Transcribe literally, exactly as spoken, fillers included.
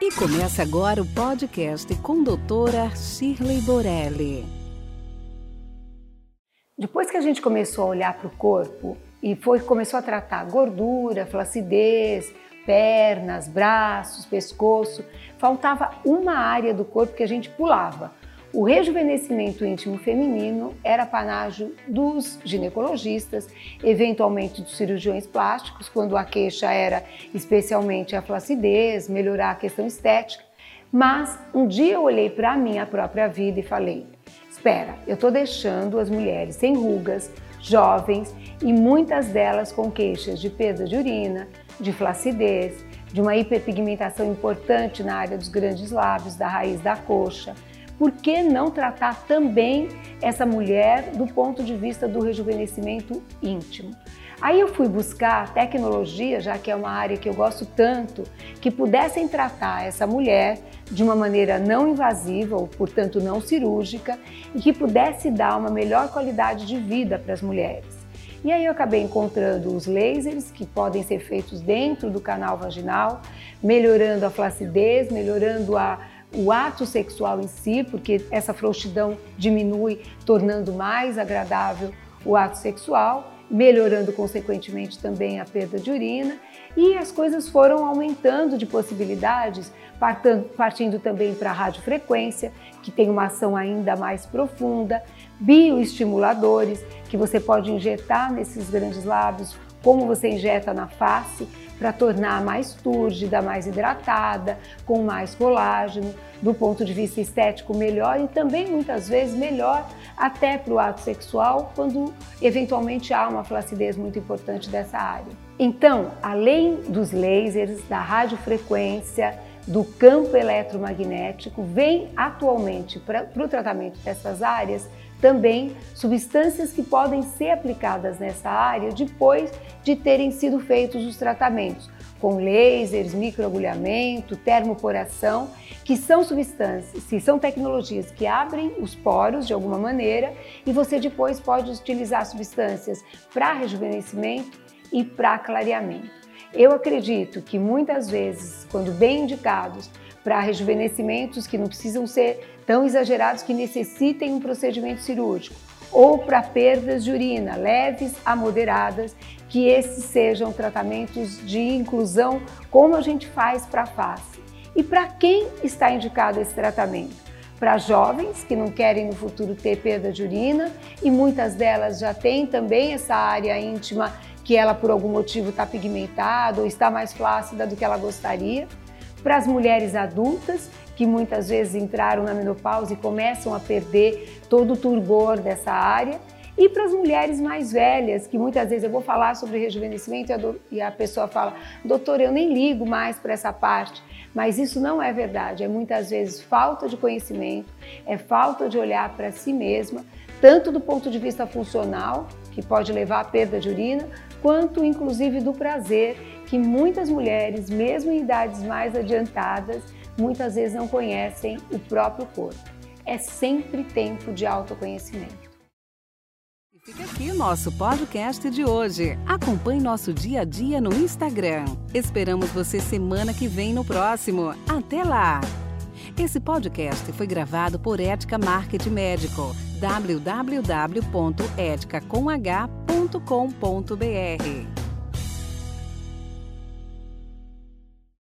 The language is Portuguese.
E começa agora o podcast com doutora Shirley Borelli. Depois que a gente começou a olhar para o corpo e foi, começou a tratar gordura, flacidez, pernas, braços, pescoço, faltava uma área do corpo que a gente pulava. O rejuvenescimento íntimo feminino era panágio dos ginecologistas, eventualmente dos cirurgiões plásticos, quando a queixa era especialmente a flacidez, melhorar a questão estética. Mas um dia eu olhei para a minha própria vida e falei, espera, eu estou deixando as mulheres sem rugas, jovens e muitas delas com queixas de perda de urina, de flacidez, de uma hiperpigmentação importante na área dos grandes lábios, da raiz da coxa. Por que não tratar também essa mulher do ponto de vista do rejuvenescimento íntimo? Aí eu fui buscar tecnologia, já que é uma área que eu gosto tanto, que pudessem tratar essa mulher de uma maneira não invasiva, ou portanto não cirúrgica, e que pudesse dar uma melhor qualidade de vida para as mulheres. E aí eu acabei encontrando os lasers, que podem ser feitos dentro do canal vaginal, melhorando a flacidez, melhorando a o ato sexual em si, porque essa frouxidão diminui, tornando mais agradável o ato sexual, melhorando consequentemente também a perda de urina, e as coisas foram aumentando de possibilidades, partindo também para a radiofrequência, que tem uma ação ainda mais profunda, bioestimuladores, que você pode injetar nesses grandes lábios, como você injeta na face, para tornar mais túrgida, mais hidratada, com mais colágeno, do ponto de vista estético melhor e também muitas vezes melhor até para o ato sexual, quando eventualmente há uma flacidez muito importante dessa área. Então, além dos lasers, da radiofrequência, do campo eletromagnético, vem atualmente para o tratamento dessas áreas também substâncias que podem ser aplicadas nessa área depois de terem sido feitos os tratamentos, com lasers, microagulhamento, termoporação, que são substâncias, que são tecnologias que abrem os poros de alguma maneira e você depois pode utilizar substâncias para rejuvenescimento e para clareamento. Eu acredito que muitas vezes, quando bem indicados, para rejuvenescimentos que não precisam ser tão exagerados que necessitem um procedimento cirúrgico, ou para perdas de urina leves a moderadas, que esses sejam tratamentos de inclusão como a gente faz para a face. E para quem está indicado esse tratamento? Para jovens que não querem no futuro ter perda de urina e muitas delas já têm também essa área íntima que ela por algum motivo está pigmentada ou está mais flácida do que ela gostaria. Para as mulheres adultas, que muitas vezes entraram na menopausa e começam a perder todo o turgor dessa área, e para as mulheres mais velhas, que muitas vezes eu vou falar sobre rejuvenescimento e a, do, e a pessoa fala, doutor, eu nem ligo mais para essa parte, mas isso não é verdade, é muitas vezes falta de conhecimento, é falta de olhar para si mesma, tanto do ponto de vista funcional, que pode levar à perda de urina, quanto inclusive do prazer, que muitas mulheres, mesmo em idades mais adiantadas, muitas vezes não conhecem o próprio corpo. É sempre tempo de autoconhecimento. E fica aqui o nosso podcast de hoje. Acompanhe nosso dia a dia no Instagram. Esperamos você semana que vem no próximo. Até lá! Esse podcast foi gravado por Ética Marketing Médico. w w w ponto ética com h ponto com ponto b r